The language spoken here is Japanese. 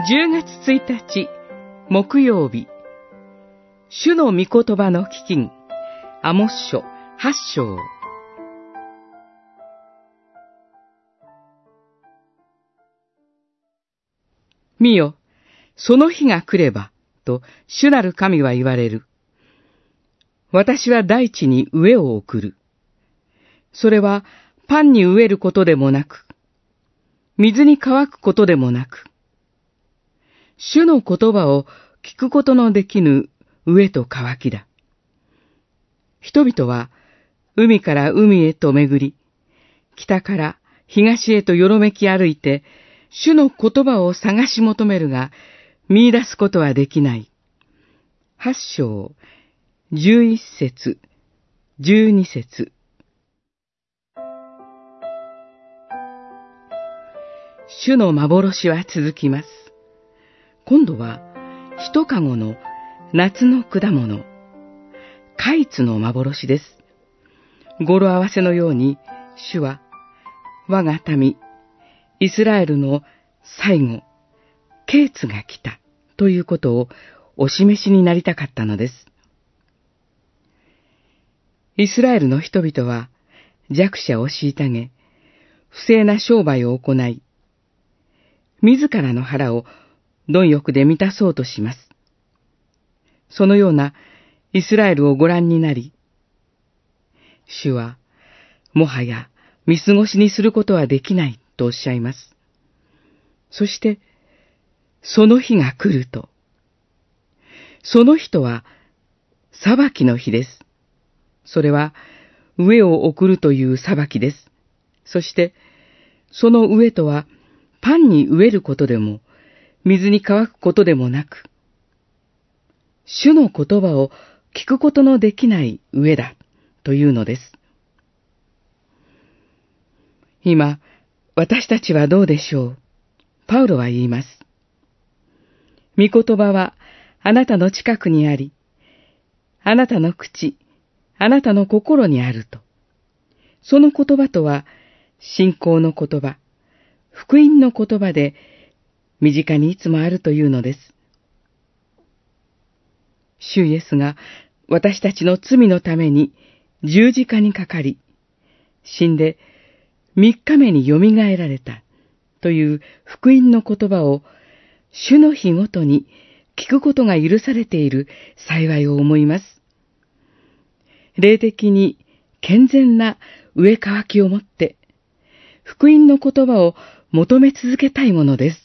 10月1日木曜日、主の御言葉の聞き、アモス書8章。見よ、その日が来れば、と主なる神は言われる。私は大地に飢えを送る。それはパンに飢えることでもなく、水に乾くことでもなく、主の言葉を聞くことのできぬ飢えと渇きだ。人々は海から海へと巡り、北から東へとよろめき歩いて、主の言葉を探し求めるが、見出すことはできない。8章、11節、12節。主の幻は続きます。今度は一かごの夏の果物、カイツの幻です。語呂合わせのように、主は我が民イスラエルの最後、ケーツが来たということをお示しになりたかったのです。イスラエルの人々は弱者を虐げ、不正な商売を行い、自らの腹を貪欲で満たそうとします。そのようなイスラエルをご覧になり、主はもはや見過ごしにすることはできないとおっしゃいます。そして、その日が来ると、その日とは裁きの日です。それは飢えを送るという裁きです。そして、その飢えとはパンに飢えることでも、水に乾くことでもなく、主の言葉を聞くことのできない飢えだというのです。今、私たちはどうでしょう。パウロは言います。御言葉はあなたの近くにあり、あなたの口、あなたの心にあると。その言葉とは、信仰の言葉、福音の言葉で、身近にいつもあるというのです。主イエスが私たちの罪のために十字架にかかり、死んで3日目によみがえられたという福音の言葉を主の日ごとに聞くことが許されている幸いを思います。霊的に健全な飢え渇きを持って、福音の言葉を求め続けたいものです。